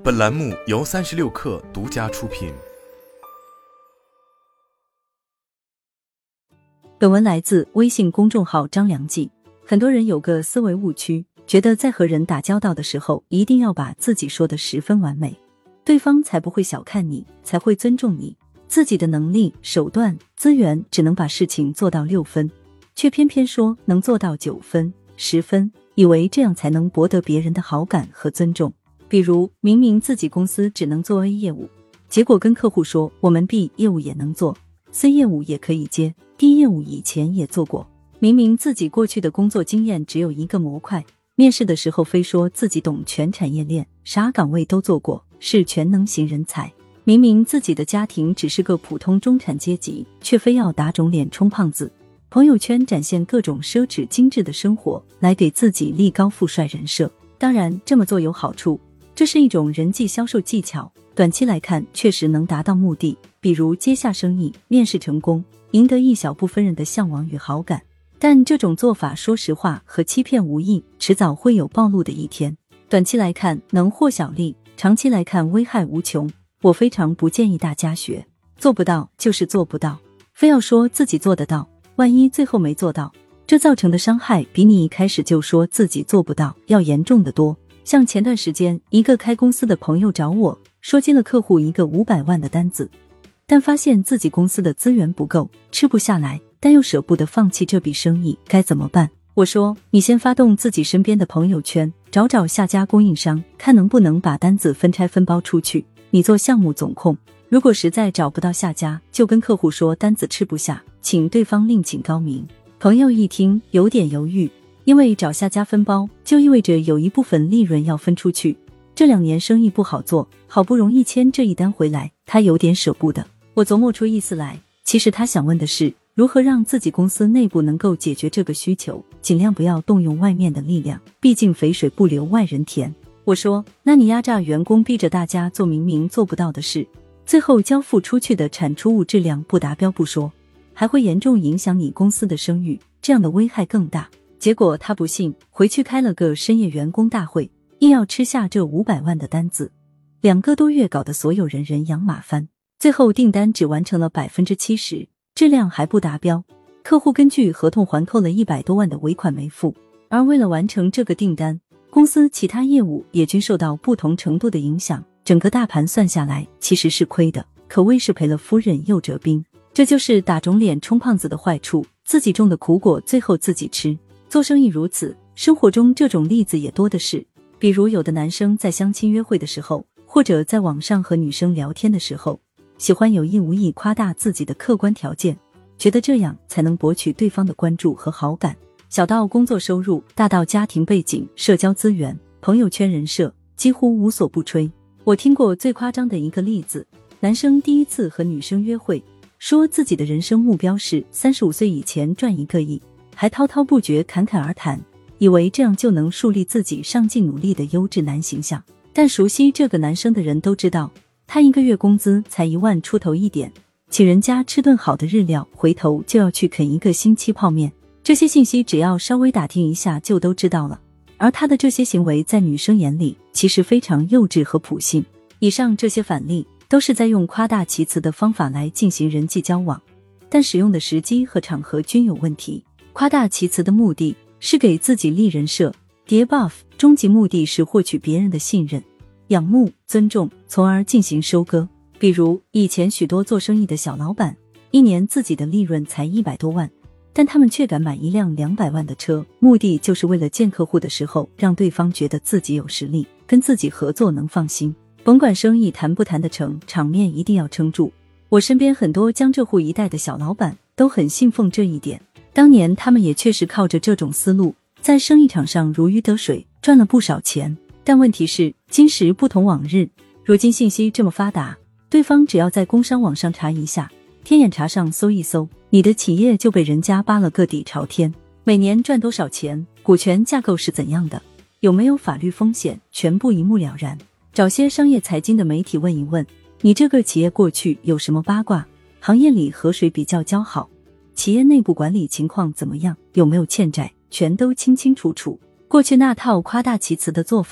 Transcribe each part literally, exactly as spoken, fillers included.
本栏目由三十六氪独家出品。 本文来自微信公众号张良记。很多人有个思维误区，觉得在和人打交道的时候，一定要把自己说得十分完美，对方才不会小看你，才会尊重你。自己的能力、手段、资源只能把事情做到六分，却偏偏说能做到九分、十分，以为这样才能博得别人的好感和尊重。比如，明明自己公司只能做 A 业务，结果跟客户说我们 B 业务也能做， C 业务也可以接， D 业务以前也做过。明明自己过去的工作经验只有一个模块，面试的时候非说自己懂全产业链，啥岗位都做过，是全能型人才。明明自己的家庭只是个普通中产阶级，却非要打肿脸充胖子，朋友圈展现各种奢侈精致的生活，来给自己立高富帅人设。当然这么做有好处，这是一种人际销售技巧，短期来看确实能达到目的，比如接下生意、面试成功，赢得一小部分人的向往与好感。但这种做法说实话和欺骗无异，迟早会有暴露的一天。短期来看能获小利，长期来看危害无穷。我非常不建议大家学，做不到就是做不到，非要说自己做得到，万一最后没做到，这造成的伤害比你一开始就说自己做不到要严重得多。像前段时间一个开公司的朋友找我说接了客户一个五百万的单子，但发现自己公司的资源不够，吃不下来，但又舍不得放弃这笔生意，该怎么办？我说你先发动自己身边的朋友圈，找找下家供应商，看能不能把单子分拆分包出去，你做项目总控，如果实在找不到下家，就跟客户说单子吃不下，请对方另请高明。朋友一听有点犹豫，因为找下家分包就意味着有一部分利润要分出去，这两年生意不好做，好不容易签这一单回来，他有点舍不得。我琢磨出意思来，其实他想问的是如何让自己公司内部能够解决这个需求，尽量不要动用外面的力量，毕竟肥水不流外人田。我说那你压榨员工，逼着大家做明明做不到的事，最后交付出去的产出物质量不达标不说，还会严重影响你公司的声誉，这样的危害更大。结果他不信，回去开了个深夜员工大会，硬要吃下这五百万的单子，两个多月搞得所有人人仰马翻，最后订单只完成了 百分之七十， 质量还不达标，客户根据合同还扣了一百多万的尾款没付。而为了完成这个订单，公司其他业务也均受到不同程度的影响，整个大盘算下来其实是亏的，可谓是赔了夫人又折兵。这就是打肿脸充胖子的坏处，自己种的苦果最后自己吃。做生意如此，生活中这种例子也多的是。比如有的男生在相亲约会的时候，或者在网上和女生聊天的时候，喜欢有意无意夸大自己的客观条件，觉得这样才能博取对方的关注和好感。小到工作收入，大到家庭背景、社交资源、朋友圈人设，几乎无所不吹。我听过最夸张的一个例子，男生第一次和女生约会，说自己的人生目标是三十五岁以前赚一个亿，还滔滔不绝侃侃而谈，以为这样就能树立自己上进努力的优质男形象。但熟悉这个男生的人都知道，他一个月工资才一万出头一点，请人家吃顿好的日料，回头就要去啃一个星期泡面。这些信息只要稍微打听一下就都知道了，而他的这些行为在女生眼里其实非常幼稚和普信。以上这些反例都是在用夸大其词的方法来进行人际交往，但使用的时机和场合均有问题。夸大其词的目的是给自己立人设，叠 buff， 终极目的是获取别人的信任、仰慕、尊重，从而进行收割。比如以前许多做生意的小老板，一年自己的利润才一百多万，但他们却敢买一辆两百万的车，目的就是为了见客户的时候让对方觉得自己有实力，跟自己合作能放心。甭管生意谈不谈得成，场面一定要撑住。我身边很多江浙沪一带的小老板都很信奉这一点，当年他们也确实靠着这种思路在生意场上如鱼得水，赚了不少钱。但问题是今时不同往日，如今信息这么发达，对方只要在工商网上查一下，天眼查上搜一搜，你的企业就被人家扒了个底朝天。每年赚多少钱，股权架构是怎样的，有没有法律风险，全部一目了然。找些商业财经的媒体问一问，你这个企业过去有什么八卦，行业里和谁比较交好，企业内部管理情况怎么样，有没有欠债，全都清清楚楚。过去那套夸大其词的做法，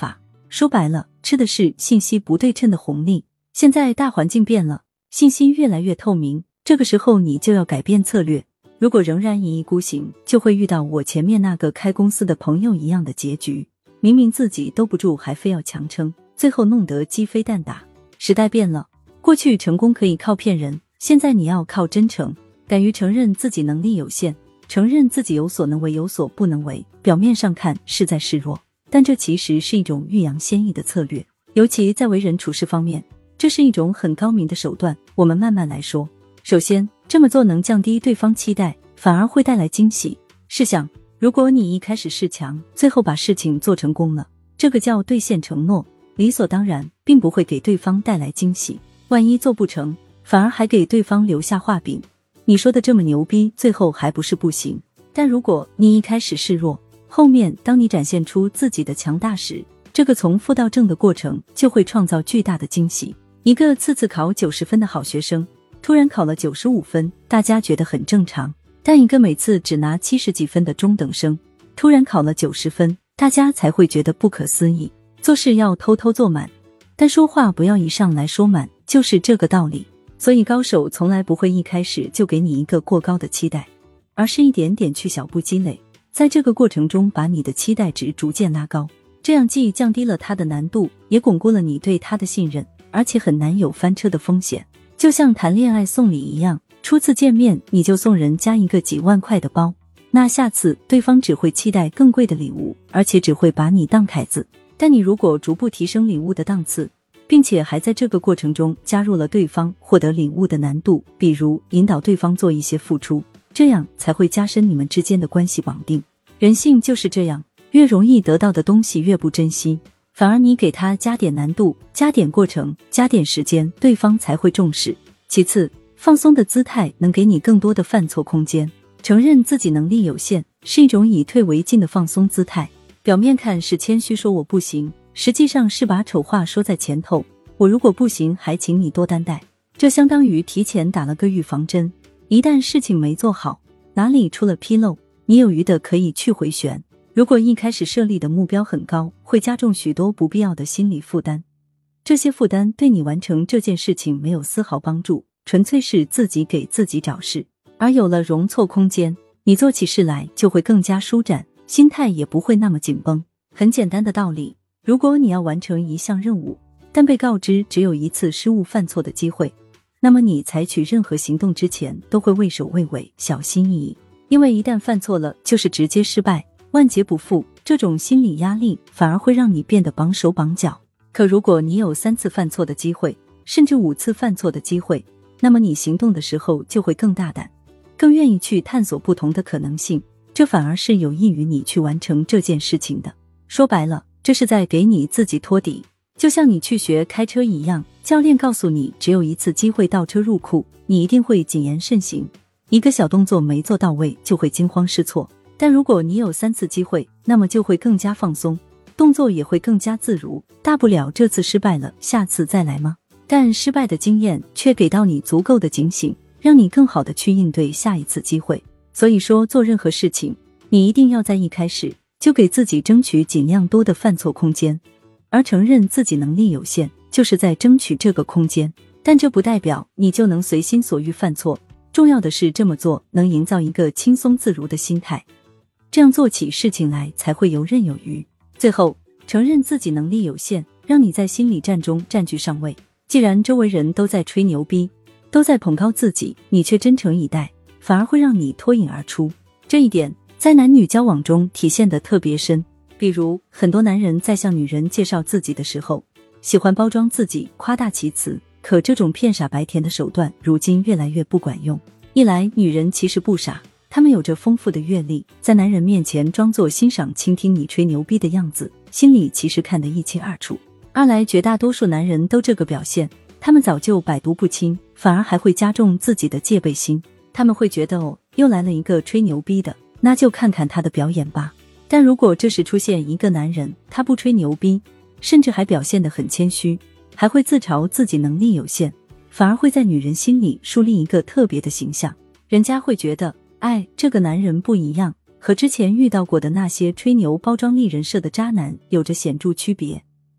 说白了，吃的是信息不对称的红利。现在大环境变了，信息越来越透明，这个时候你就要改变策略。如果仍然一意孤行，就会遇到我前面那个开公司的朋友一样的结局。明明自己兜不住，还非要强撑，最后弄得鸡飞蛋打。时代变了，过去成功可以靠骗人，现在你要靠真诚，敢于承认自己能力有限，承认自己有所能为有所不能为。表面上看是在示弱，但这其实是一种欲扬先抑的策略，尤其在为人处事方面，这是一种很高明的手段。我们慢慢来说。首先，这么做能降低对方期待，反而会带来惊喜。试想，如果你一开始示强，最后把事情做成功了，这个叫兑现承诺，理所当然，并不会给对方带来惊喜。万一做不成，反而还给对方留下画饼。你说的这么牛逼，最后还不是不行。但如果你一开始示弱，后面当你展现出自己的强大时，这个从负到正的过程就会创造巨大的惊喜。一个次次考九十分的好学生，突然考了九十五分，大家觉得很正常。但一个每次只拿七十几分的中等生，突然考了九十分，大家才会觉得不可思议。做事要偷偷做满，但说话不要一上来说满，就是这个道理。所以高手从来不会一开始就给你一个过高的期待，而是一点点去小步积累，在这个过程中把你的期待值逐渐拉高，这样既降低了它的难度，也巩固了你对它的信任，而且很难有翻车的风险。就像谈恋爱送礼一样，初次见面你就送人家一个几万块的包，那下次对方只会期待更贵的礼物，而且只会把你当凯子。但你如果逐步提升礼物的档次，并且还在这个过程中加入了对方获得礼物的难度，比如引导对方做一些付出，这样才会加深你们之间的关系绑定。人性就是这样，越容易得到的东西越不珍惜，反而你给他加点难度，加点过程，加点时间，对方才会重视。其次，放松的姿态能给你更多的犯错空间。承认自己能力有限是一种以退为进的放松姿态，表面看是谦虚说我不行，实际上是把丑话说在前头，我如果不行还请你多担待。这相当于提前打了个预防针，一旦事情没做好，哪里出了纰漏，你有余的可以去回旋。如果一开始设立的目标很高，会加重许多不必要的心理负担，这些负担对你完成这件事情没有丝毫帮助，纯粹是自己给自己找事。而有了容错空间，你做起事来就会更加舒展，心态也不会那么紧绷。很简单的道理，如果你要完成一项任务，但被告知只有一次失误犯错的机会，那么你采取任何行动之前都会畏首畏尾，小心翼翼，因为一旦犯错了就是直接失败，万劫不复，这种心理压力反而会让你变得绑手绑脚。可如果你有三次犯错的机会，甚至五次犯错的机会，那么你行动的时候就会更大胆，更愿意去探索不同的可能性，这反而是有益于你去完成这件事情的。说白了，这是在给你自己托底。就像你去学开车一样，教练告诉你只有一次机会倒车入库，你一定会谨言慎行，一个小动作没做到位就会惊慌失措。但如果你有三次机会，那么就会更加放松，动作也会更加自如，大不了这次失败了，下次再来吗？但失败的经验却给到你足够的警醒，让你更好的去应对下一次机会。所以说，做任何事情，你一定要在一开始就给自己争取尽量多的犯错空间，而承认自己能力有限，就是在争取这个空间。但这不代表你就能随心所欲犯错，重要的是这么做能营造一个轻松自如的心态，这样做起事情来才会游刃有余。最后，承认自己能力有限，让你在心理战中占据上位。既然周围人都在吹牛逼，都在捧高自己，你却真诚以待，反而会让你脱颖而出。这一点在男女交往中体现得特别深。比如，很多男人在向女人介绍自己的时候，喜欢包装自己，夸大其词，可这种骗傻白甜的手段如今越来越不管用。一来，女人其实不傻，她们有着丰富的阅历，在男人面前装作欣赏倾听你吹牛逼的样子，心里其实看得一清二楚。二来，绝大多数男人都这个表现，他们早就百毒不侵，反而还会加重自己的戒备心。他们会觉得哦，又来了一个吹牛逼的，那就看看他的表演吧。但如果这时出现一个男人，他不吹牛逼，甚至还表现得很谦虚，还会自嘲自己能力有限，反而会在女人心里树立一个特别的形象。人家会觉得，哎，这个男人不一样，和之前遇到过的那些吹牛包装立人设的渣男有着显著区别。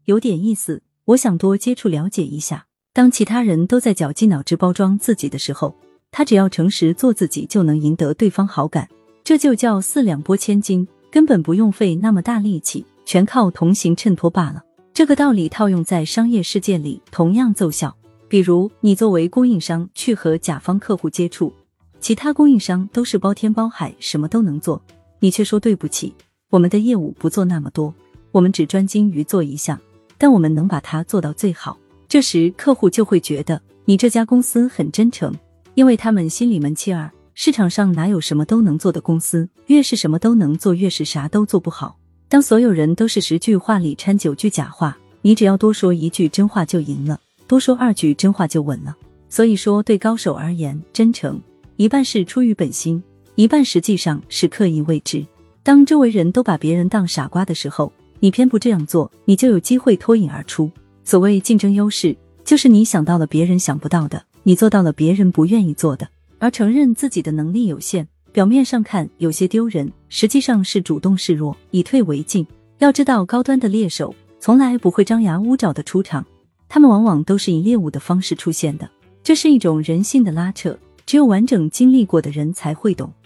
有点意思，我想多接触了解一下。当其他人都在绞尽脑汁包装自己的时候，他只要诚实做自己就能赢得对方好感，这就叫四两拨千斤，根本不用费那么大力气，全靠同行衬托罢了。这个道理套用在商业世界里同样奏效。比如你作为供应商去和甲方客户接触，其他供应商都是包天包海什么都能做，你却说对不起，我们的业务不做那么多，我们只专精于做一项，但我们能把它做到最好。这时客户就会觉得你这家公司很真诚，因为他们心里门气儿，市场上哪有什么都能做的公司，越是什么都能做，越是啥都做不好。当所有人都是十句话里掺九句假话，你只要多说一句真话就赢了，多说二句真话就稳了。所以说对高手而言，真诚一半是出于本心，一半实际上是刻意为之。当周围人都把别人当傻瓜的时候，你偏不这样做，你就有机会脱颖而出。所谓竞争优势，就是你想到了别人想不到的，你做到了别人不愿意做的。而承认自己的能力有限，表面上看有些丢人，实际上是主动示弱，以退为进。要知道高端的猎手从来不会张牙舞爪的出场，他们往往都是以猎物的方式出现的。这是一种人性的拉扯，只有完整经历过的人才会懂。